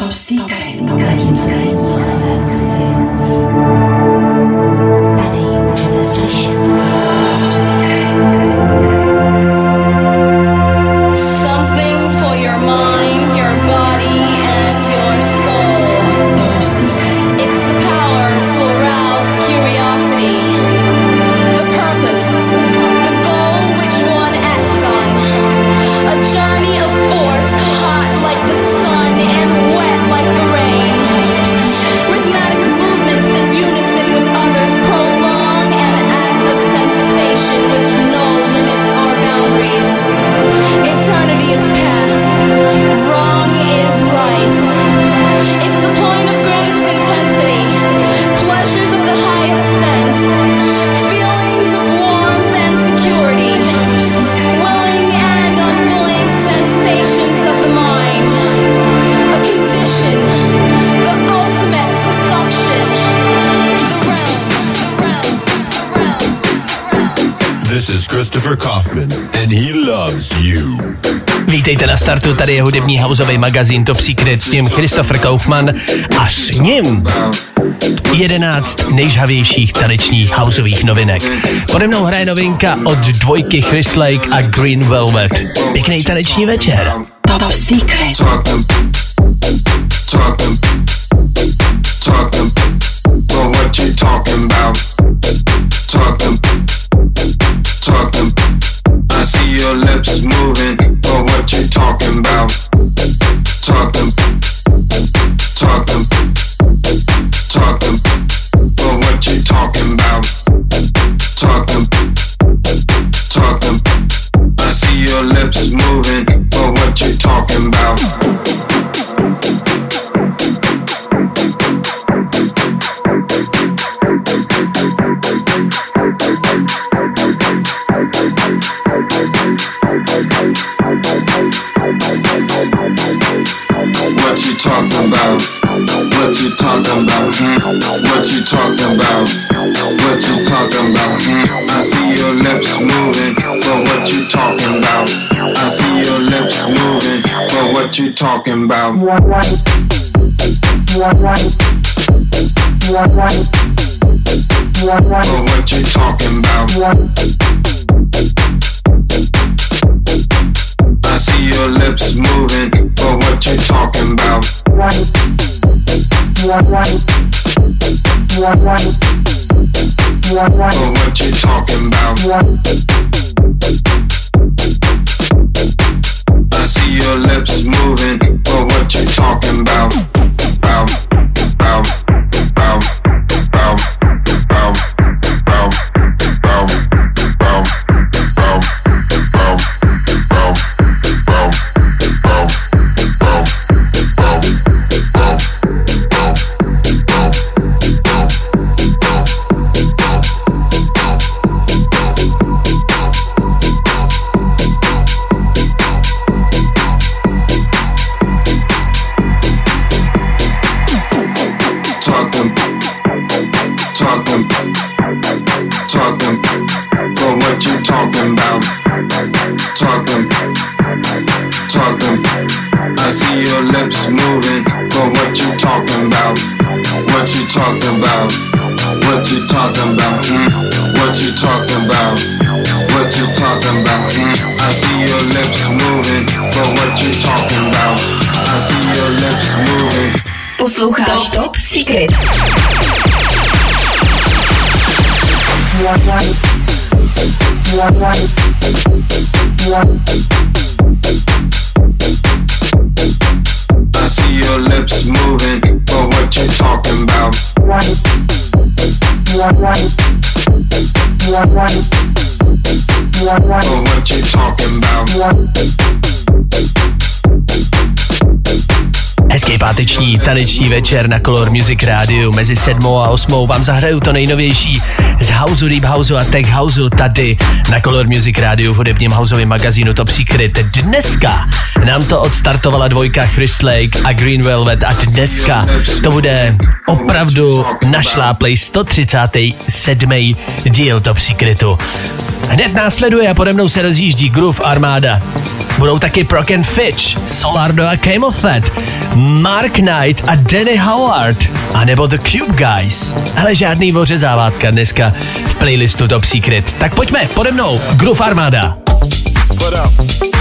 Top Secret. Zatímco tady můžete slyšet. Something for your mind, your body and your soul. Top Secret. It's the power to arouse curiosity. The purpose, the goal which one acts on. A journey of force, hot like the sun and wet like the rain. Rhythmic movements in unison with others prolong an act of sensation with no limits or boundaries. Eternity is past, wrong is right. It's the point of greatest intensity, pleasures of the highest sense, feelings of warmth and security, willing and unwilling sensations of the mind, a condition, the ultimate seduction, the realm. This is Christopher Kaufman and he loves you. Vítejte na startu, tady je hudební houseový magazín Top Secret, s tím Christopher Kaufman a s ním 11 nejžhavějších tanečních houseových novinek. Pode mnou hraje novinka od dvojky Chris Lake a Green Velvet. Pěkný taneční večer. Top Secret. Talking, but what you talking about? Talking, I see your lips moving, but what you talking about? Talking, but what you talking about? Talking, I see your lips moving, but what you talking about? What you talking about? What you talking about? What you talking about? What you talking about? I see your lips moving, but what you talking about? I see your lips moving, but what you talking about? But what you talking about? I see your lips moving, but what you talking about? But what you talking about? I see your lips moving, but what you talking about? Talking, but what you talking about? Talking, I see your lips moving, but what you talking about? What you talking about? What you talking about? What you talking about? What you talking about? I see your lips moving, but what you talking about? I see your lips moving. Posloucháš Top Secret. I see your lips moving, but what you talking about? But what you talking about? Hezký páteční taneční večer na Color Music Rádiu. Mezi 7 a 8 vám zahraju to nejnovější z houseu, deep houseu a tech houseu tady na Color Music Rádiu v hudebním houseovém magazínu Top Secret. Dneska nám to odstartovala dvojka Chris Lake a Green Velvet a dneska to bude opravdu našláplej 137. díl Top Secretu. Hned následuje a pode mnou se rozjíždí Groove Armada. Budou taky Prok and Fitch, Solardo a Camelphat, Mark Knight a Danny Howard, a nebo The Cube Guys. Ale žádný ořezávátka dneska v playlistu Top Secret. Tak pojďme, pode mnou, Groove Armada. What up?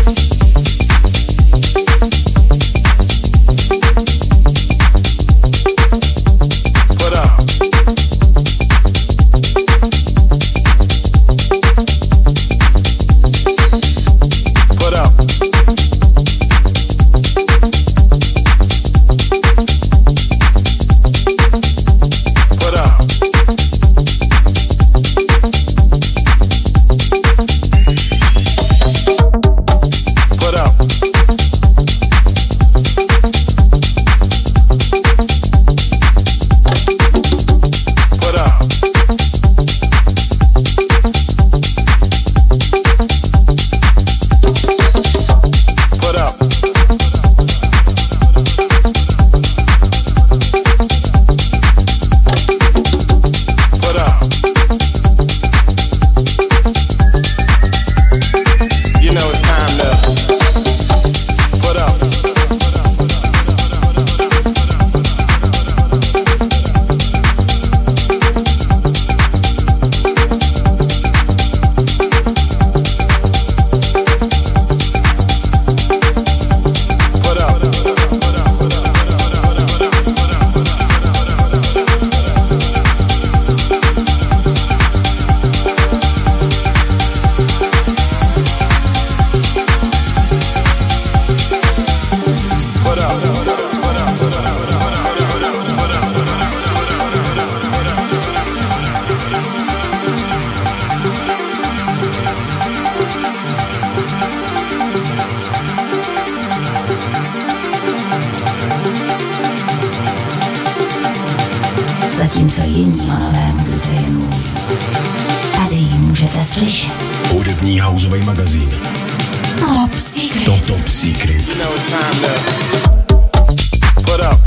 Zatímco jiní o nové muzice jen mluví, tady ji můžete slyšet. Hudební houseový magazín. Top Secret. Top Secret. You know it's time to put up.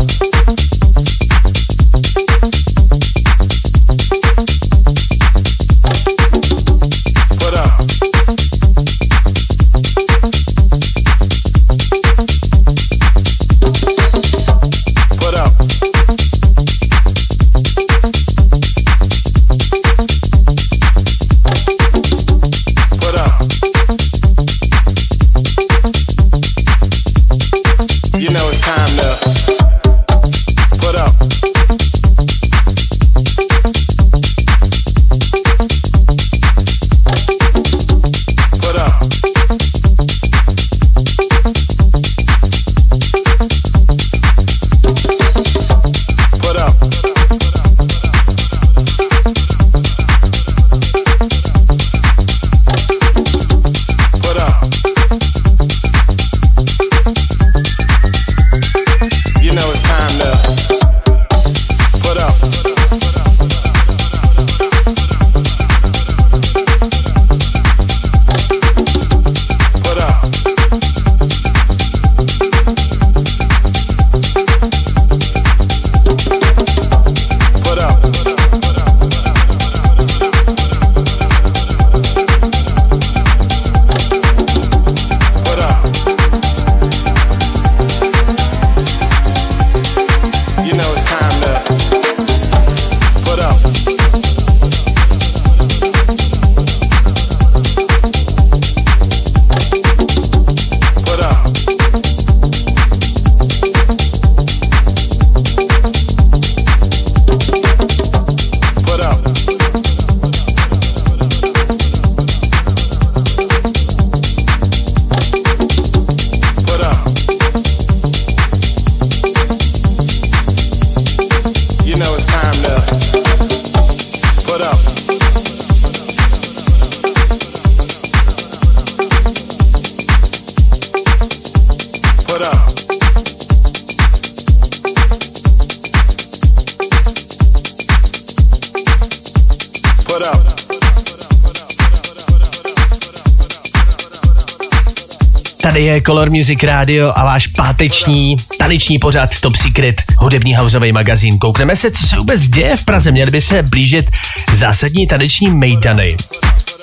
Tady je Color Music Radio a váš páteční taneční pořad Top Secret, hudební houseový magazín. Koukneme se, co se vůbec děje v Praze. Měly by se blížit zásadní taneční mejdany.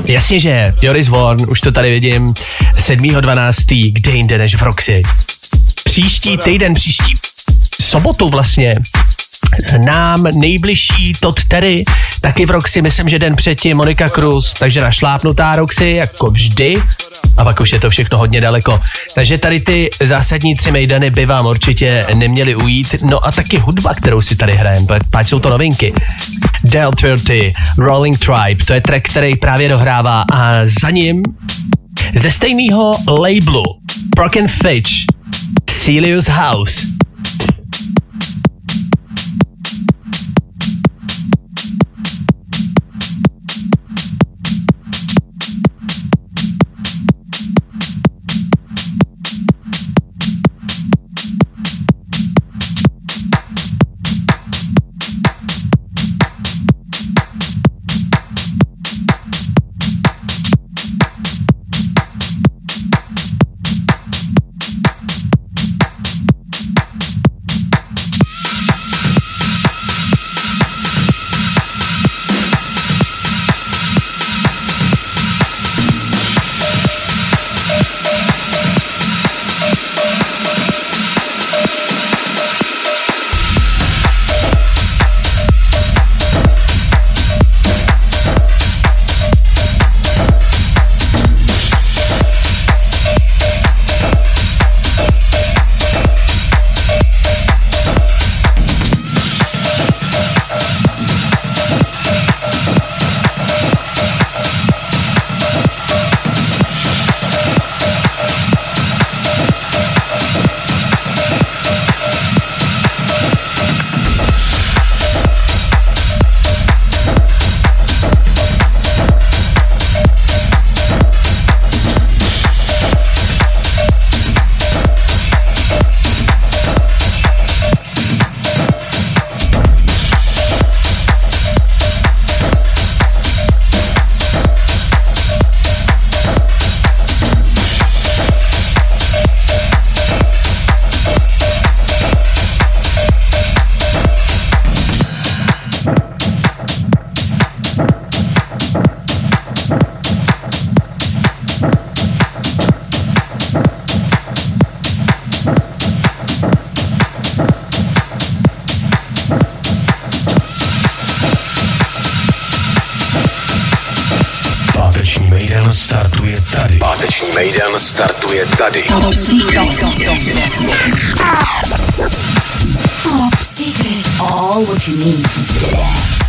Jasně, že Joris Vorn, už to tady vidím, 7.12. kde jinde než v Roxy. Příští sobotu vlastně, nám nejbližší Todd Terry, taky v Roxy, myslím, že den předtím Monika Cruz, takže našlápnutá Roxy, jako vždy, a pak už je to všechno hodně daleko. Takže tady ty zásadní 3 mejdany by vám určitě neměly ujít, no a taky hudba, kterou si tady hrajeme, páč jsou to novinky. Del 30, Rolling Tribe, to je track, který právě dohrává a za ním ze stejného labelu Broken Fitch, Celius House. Páteční Mejdan startuje tady. Top Secret. All what you need is to dance.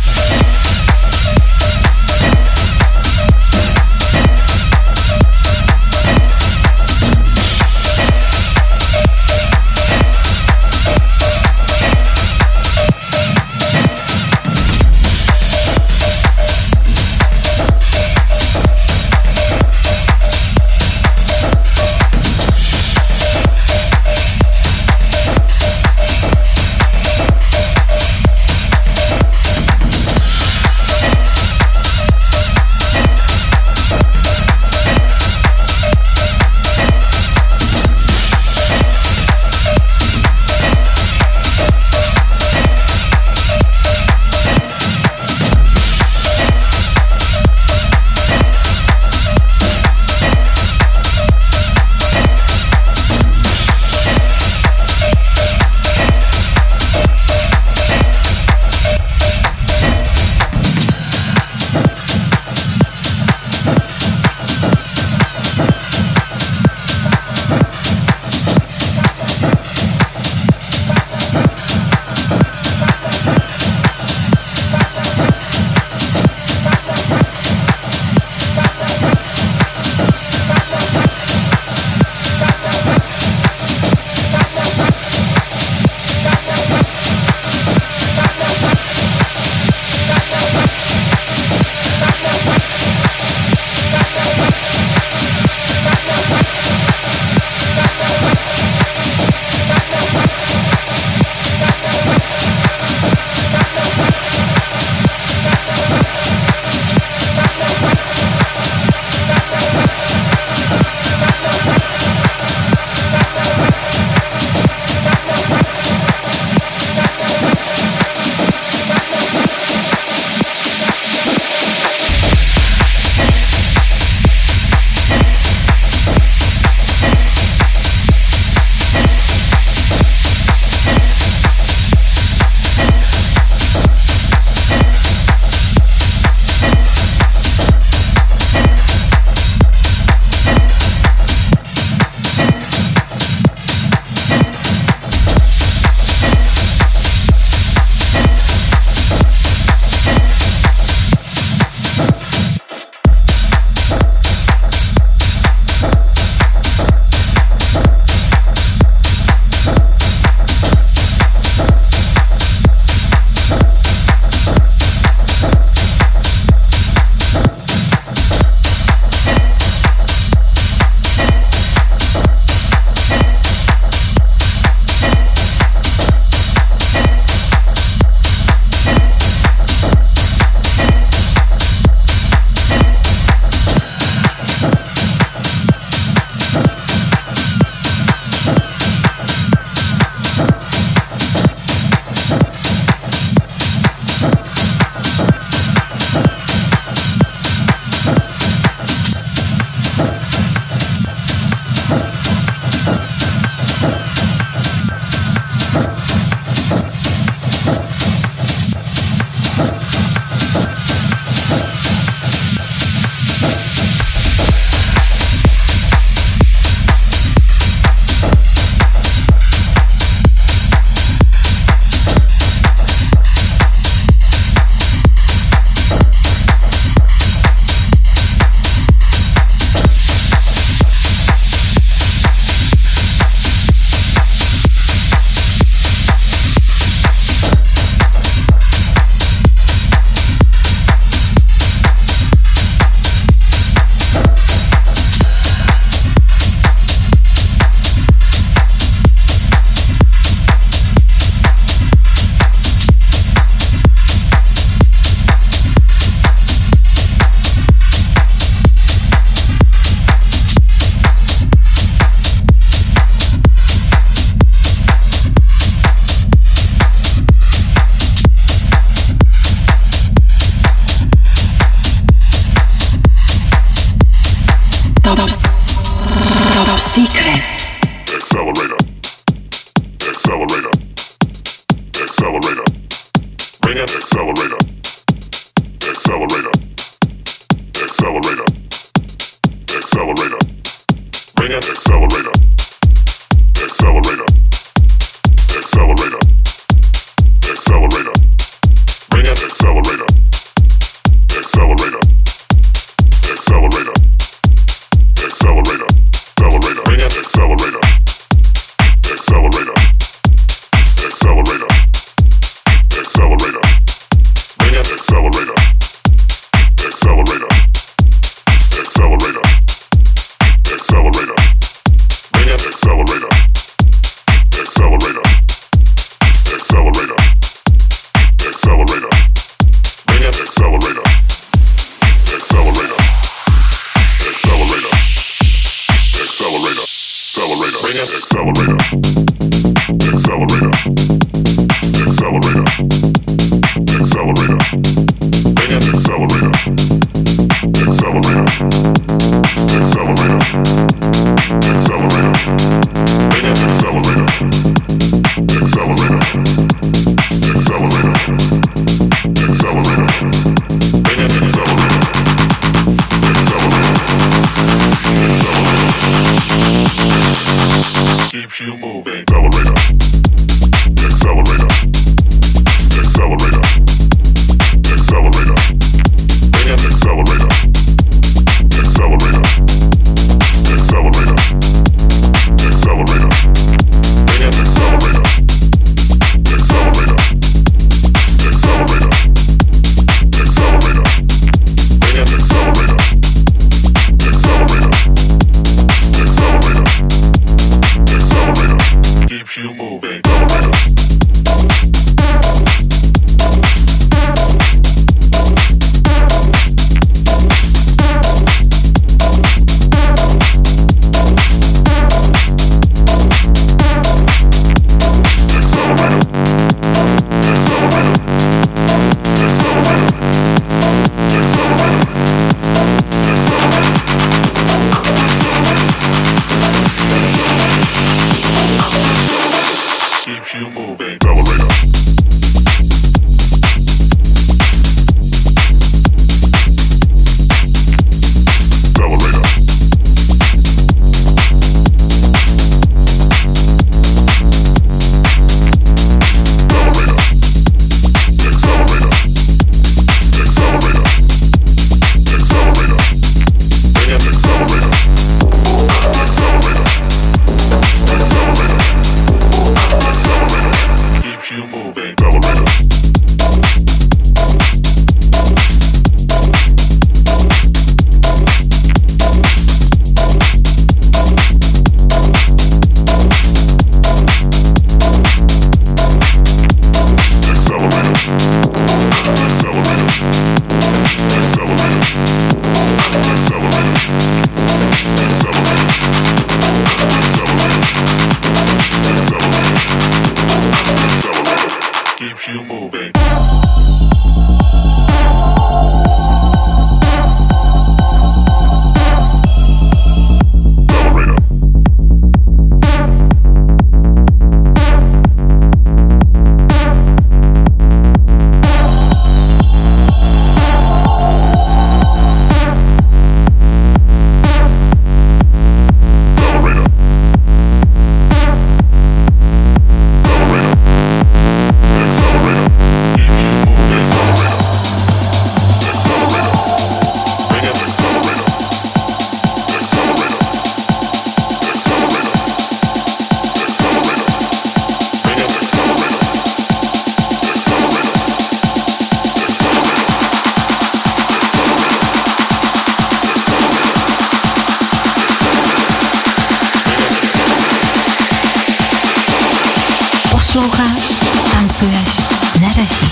Posloucháš, tancuješ, neřešíš.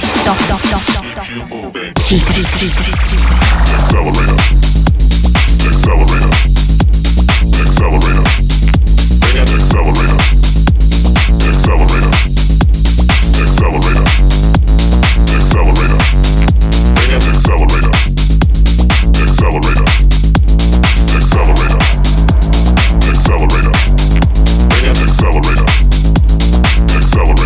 Accelerator.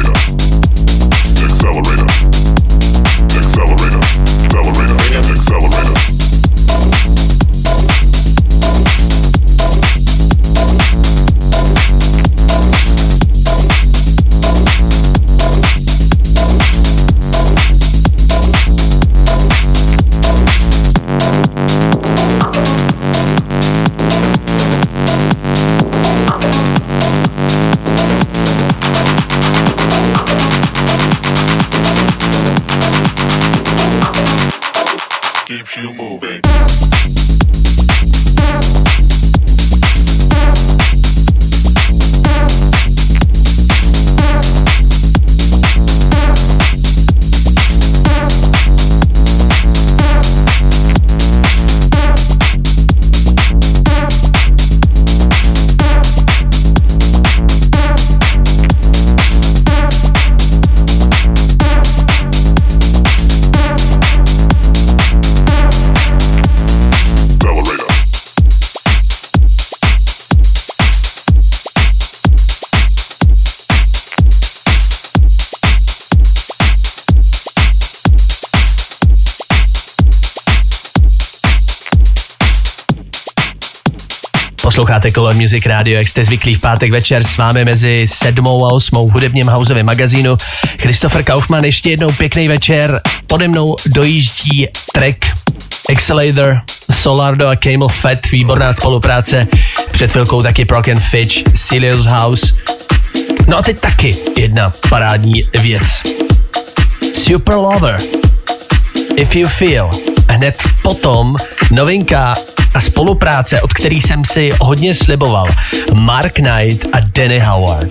Posloucháte Color Music Radio, jak jste zvyklí v pátek večer s vámi mezi 7 a 8 hudebním houseovém magazínu. Christopher Kaufmann, ještě jednou pěkný večer. Pode mnou dojíždí track Accelerator, Solardo a Camel Fat, výborná spolupráce. Před chvilkou taky Proc and Fitch, Celios House. No a teď taky jedna parádní věc. Super Lover, If You Feel. Hned potom novinka a spolupráce, od který jsem si hodně sliboval. Mark Knight a Danny Howard.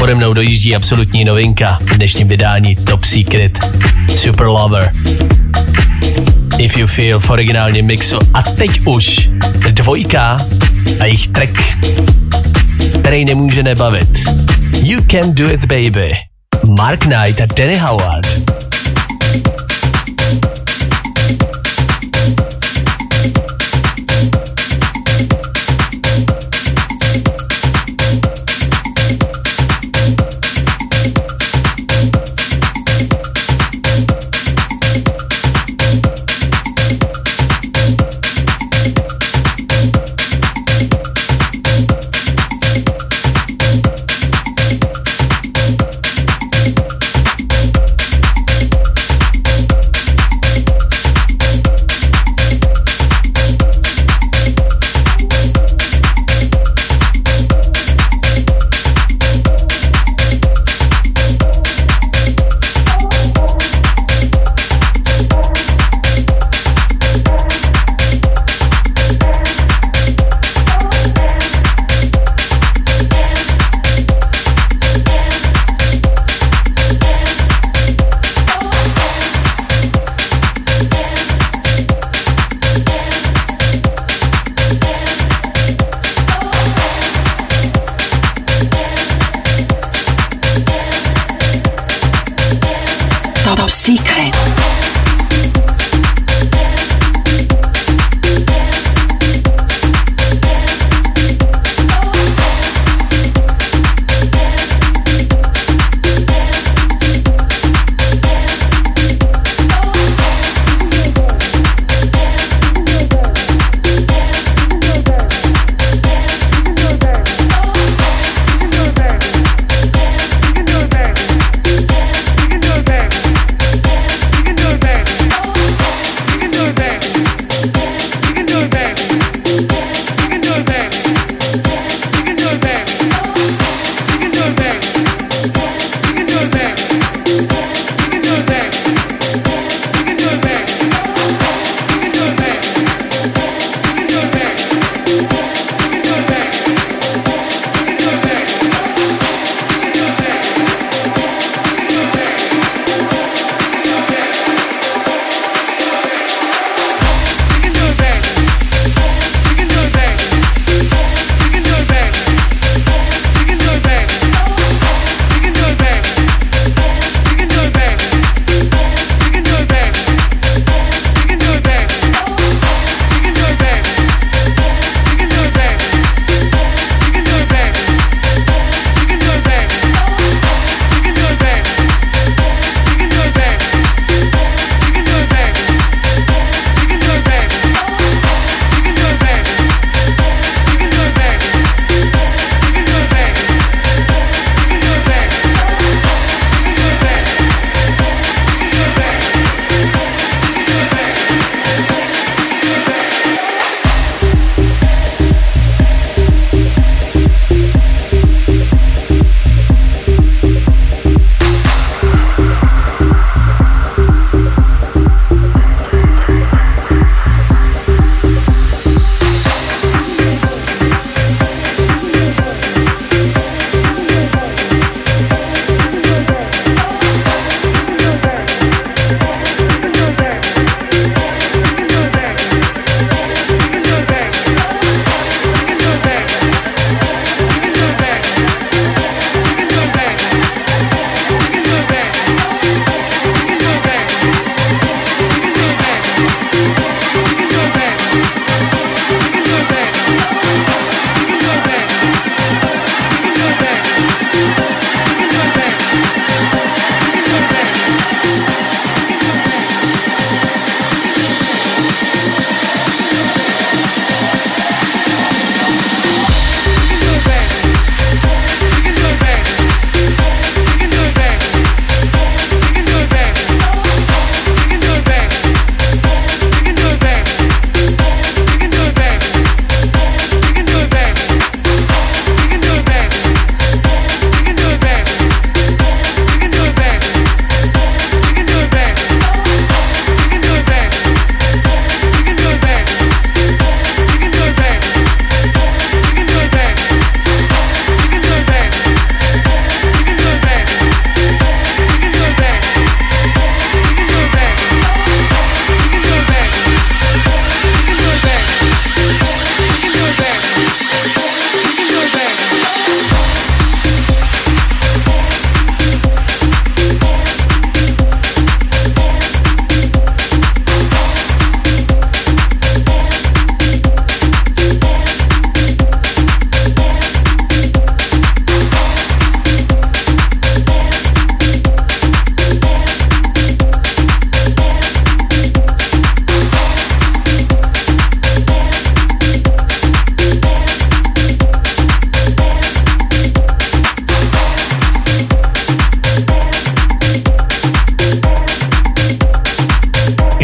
pode mnou dojíždí absolutní novinka v dnešním vydání Top Secret Super Lover. If You Feel v originálním mixu. A teď už dvojka a jejich track, který nemůže nebavit. You Can Do It Baby. Mark Knight a Danny Howard. Top Secret.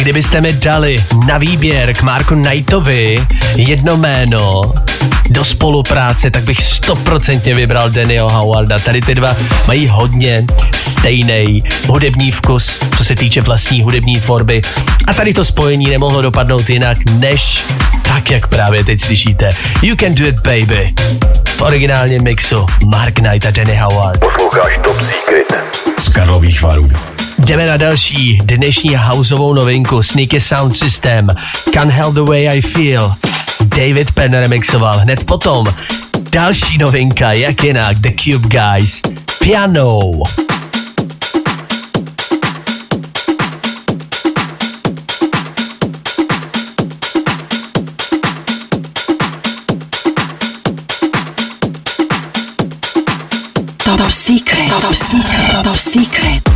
kdybyste mi dali na výběr k Marku Knightovi jedno jméno do spolupráce, tak bych 100% vybral Dannyho Howarda. Tady ty dva mají hodně stejný hudební vkus, co se týče vlastní hudební tvorby. A tady to spojení nemohlo dopadnout jinak, než tak, jak právě teď slyšíte. You Can Do It Baby. V originálním mixu Mark Knight a Danny Howard. Posloucháš Top Secret z Karlových Varů. Jdeme na další dnešní houseovou novinku Sneaky Sound System. Can't Help the Way I Feel. David Penn remixoval. Hned potom další novinka, jak jinak, The Cube Guys. Piano. Top Secret, Top Secret, Top Secret.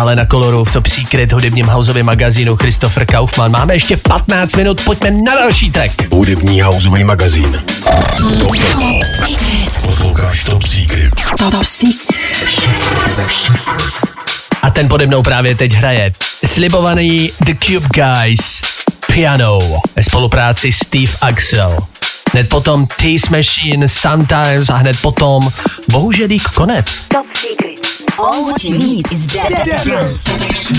Stále na Koloru v Top Secret hudebním houseovém magazínu Christopher Kaufmann. Máme ještě 15 minut, pojďme na další track. Hudební houseový magazín. Top Secret. Posloucháš Top Secret. Top Secret. A ten pode mnou právě teď hraje slibovaný The Cube Guys Piano ve spolupráci Steve Axel. Hned potom Tease Machine Sometimes a hned potom bohuželík konec. Top Secret. All what you need is dance.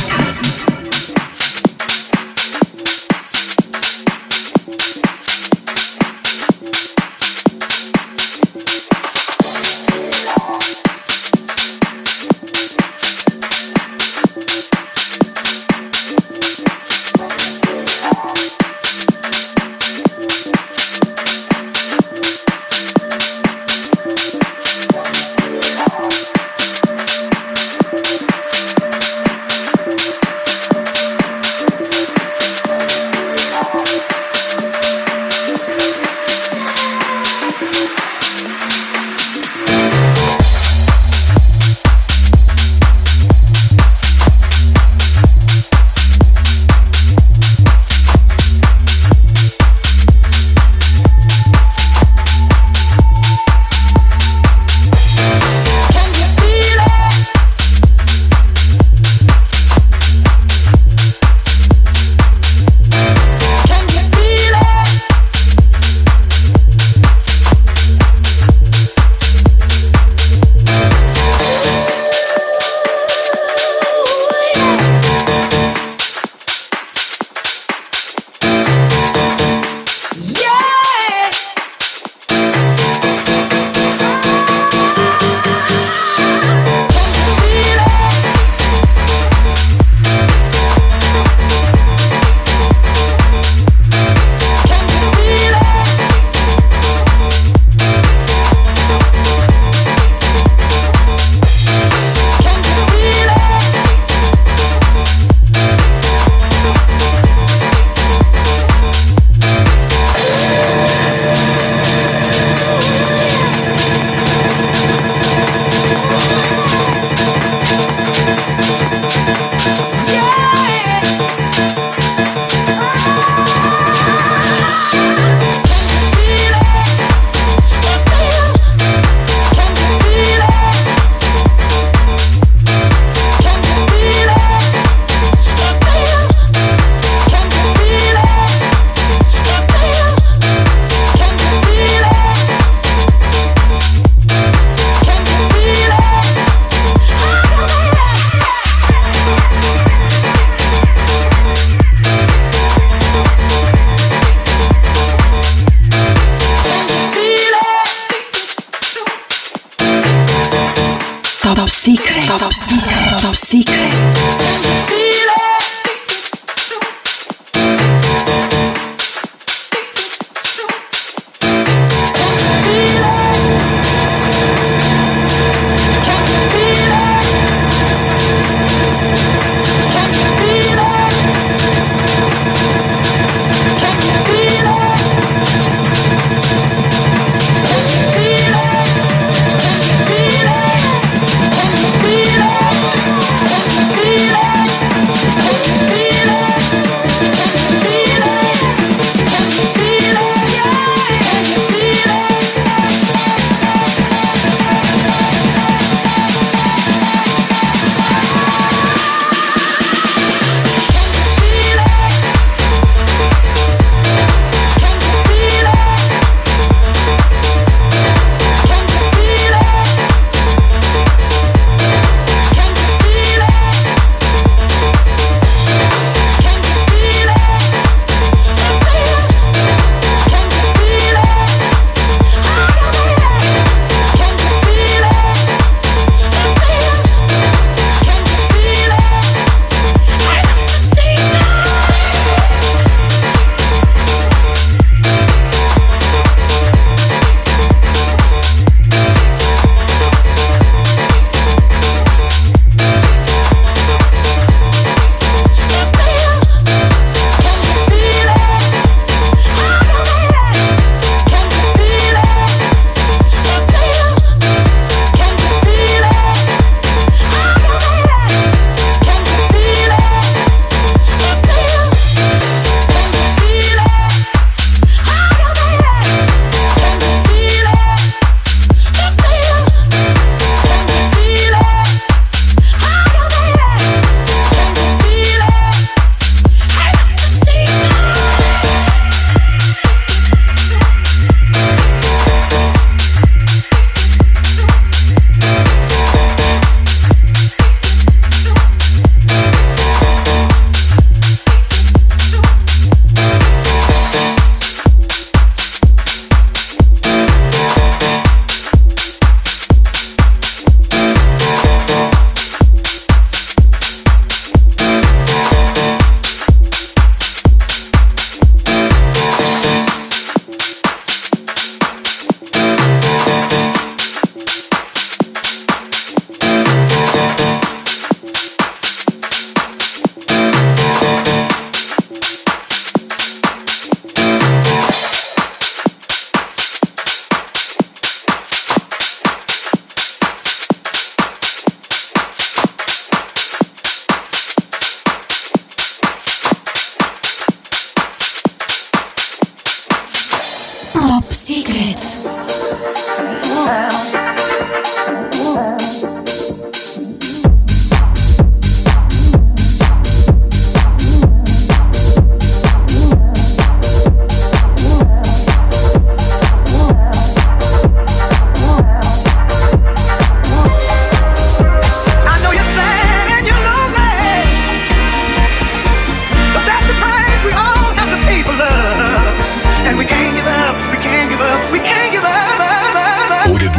Top Secret. Top Secret. Top Secret.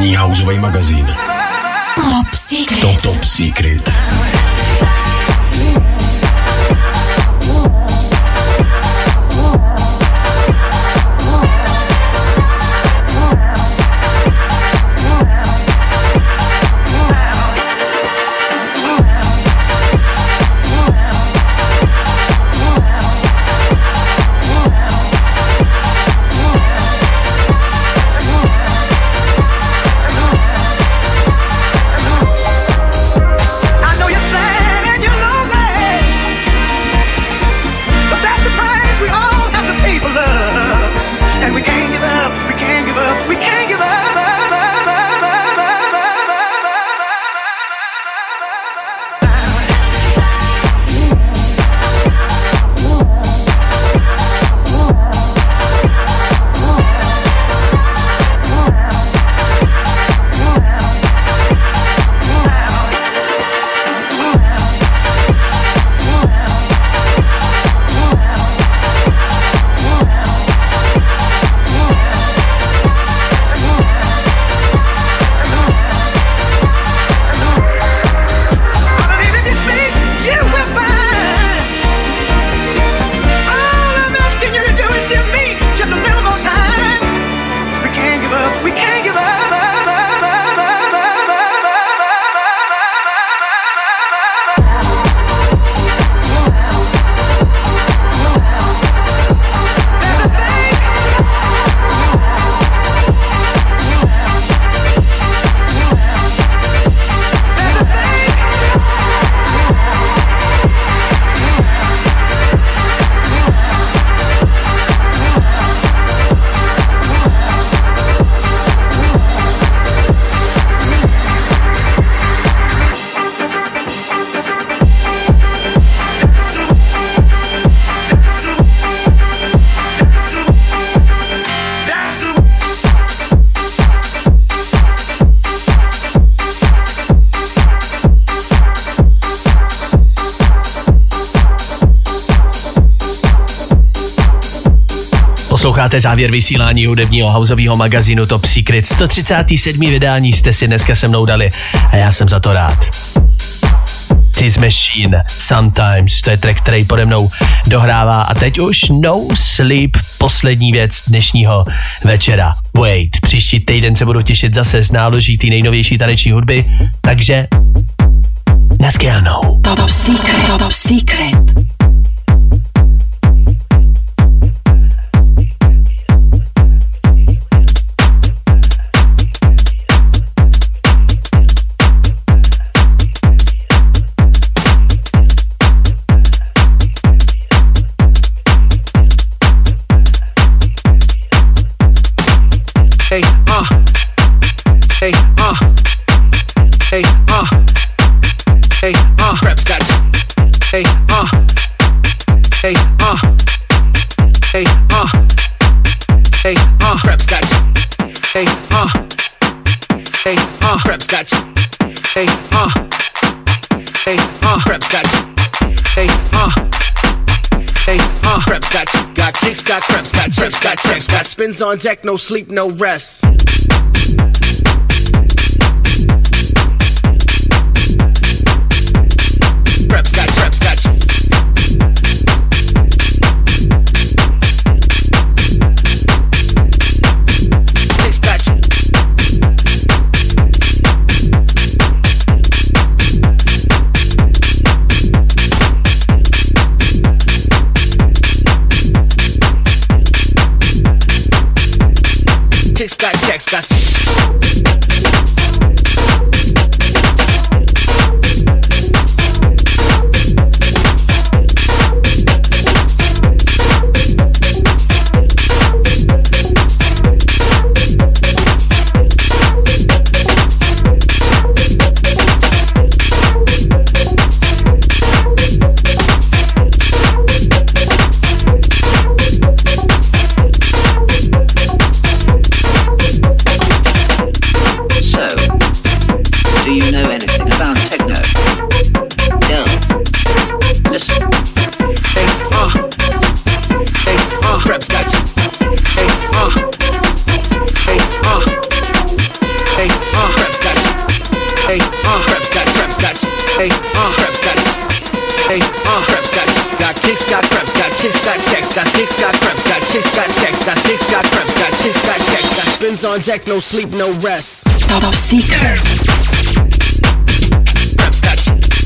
hudební houseový magazín. Top Secret. Top Secret. Posloucháte závěr vysílání hudebního houseového magazínu Top Secret. 137. vydání jste si dneska se mnou dali a já jsem za to rád. This Machine, Sometimes, to je track, který pode mnou dohrává a teď už No Sleep, poslední věc dnešního večera. Wait, příští týden se budu těšit zase z náloží té nejnovější taneční hudby, takže naschledanou. Top Secret, Top Secret. Preps got you. Hey, hey, hey, hey, Preps got you. Hey, hey, Preps got you. Hey, hey, Preps got you. Hey, hey, Preps got you. Got kicks, got Preps, got checks, got checks, got spins on deck, no sleep, no rest. Preps got you. Chicks got you. Chicks got checks, got preps, got chicks, got checks, got sneaks, got preps, got chicks, got checks, got sneaks, got preps, got chicks, got checks, got spins on deck, no sleep, no rest. Top Secret. Preps, got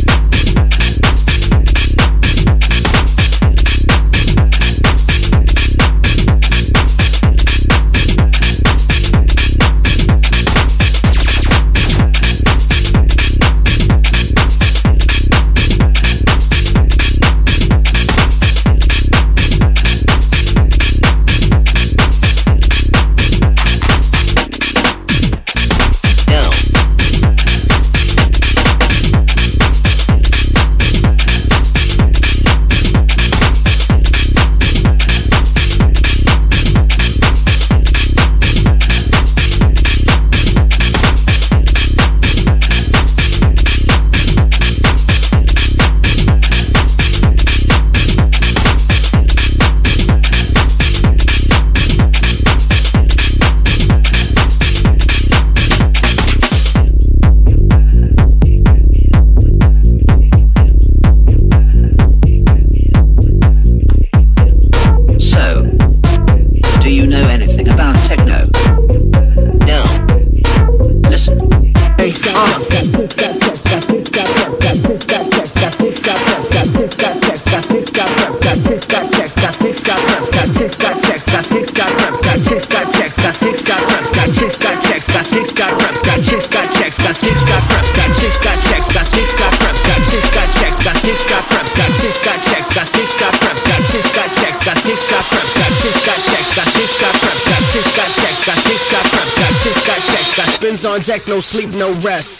on deck, no sleep, no rest.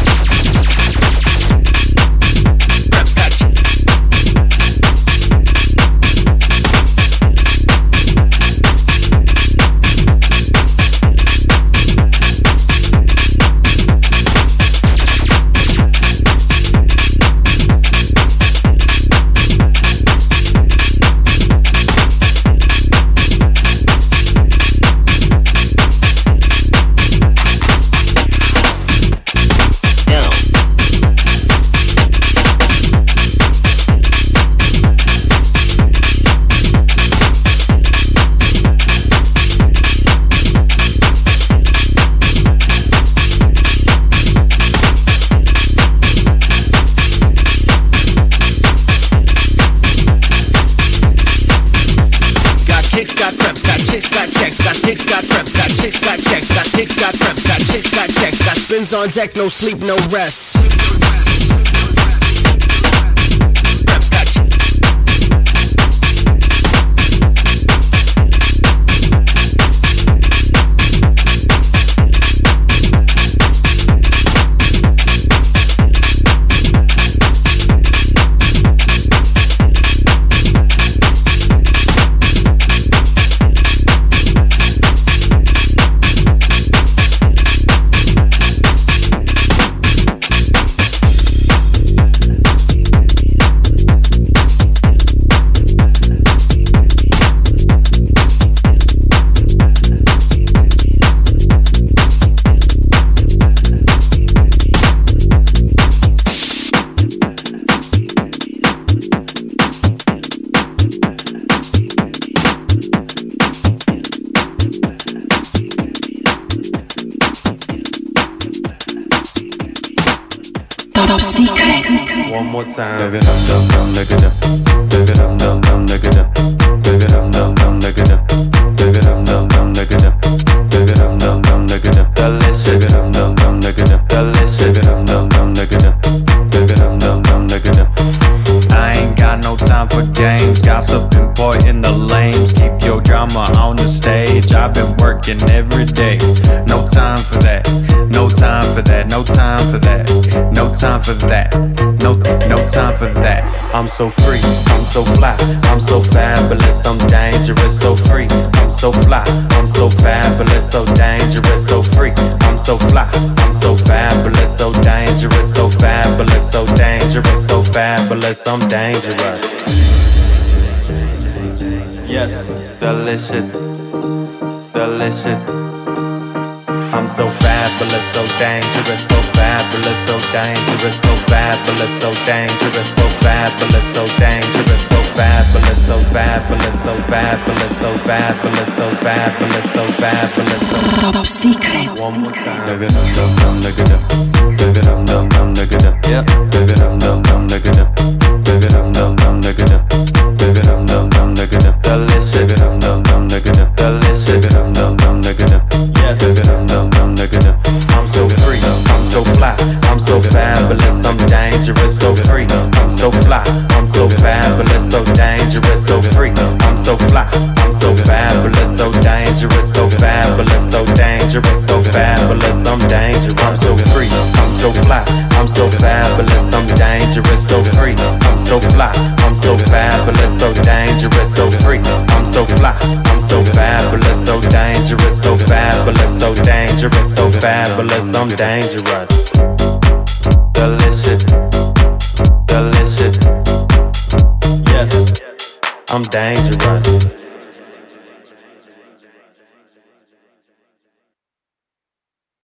Preps got spins on deck, no sleep, no rest. Top Secret. One more time. Dig it up, dum dum, dig it up. Dig it up, dum dum, dig it up. Dig it up, dum dum, dig it up. Dig it up, dum dum, dig it up. Dig it up, dum dum, dig it up. Delicious. Dig it up, dum dum, dig it up. Delicious. Dig it up, dum dum, dig it up. Dig it up, dum dum, dig it up. I ain't got no time for games, gossiping, pointing the lames. Keep your drama on the stage. I've been working every day. No time for that. No time for that. No time for that. No time for that. No time for that. I'm so free. I'm so fly. I'm so fabulous. I'm dangerous. So free. I'm so fly. I'm so fabulous. So dangerous. So free. I'm so fly. I'm so fabulous. So dangerous. So fabulous. So dangerous. So fabulous. I'm dangerous. Yes, delicious, delicious. I'm so fabulous, so dangerous, so fabulous, so dangerous, so fabulous, so dangerous, so fabulous, so dangerous, so fabulous, so fabulous, so fabulous, so fabulous, so fabulous, so fabulous. Top Secret. One more time. Dum dum dum dum dum dum dum. Yeah. Dum dum dum dum dum. Dum dum dum dum dum. Dum dum dum dum dum. Delicious. Dum dum dum dum dum. Delicious. Dum dum dum dum dum. Yes. Dum dum dum dum dum. I'm so free. I'm so fly. I'm so fabulous. I'm dangerous. So free. I'm so fly. I'm so fabulous. So dangerous. So free. I'm so fly. I'm so fabulous. So dangerous. So fabulous. So dangerous. So fabulous. I'm dangerous. I'm so free. I'm so fly. I'm so fabulous. I'm dangerous. So free. I'm so fly. I'm so fabulous. So dangerous. So free. I'm so fly. I'm so fabulous. So dangerous. So fabulous. So dangerous. So fabulous. I'm dangerous. Delicious. Delicious. Yes. I'm dangerous.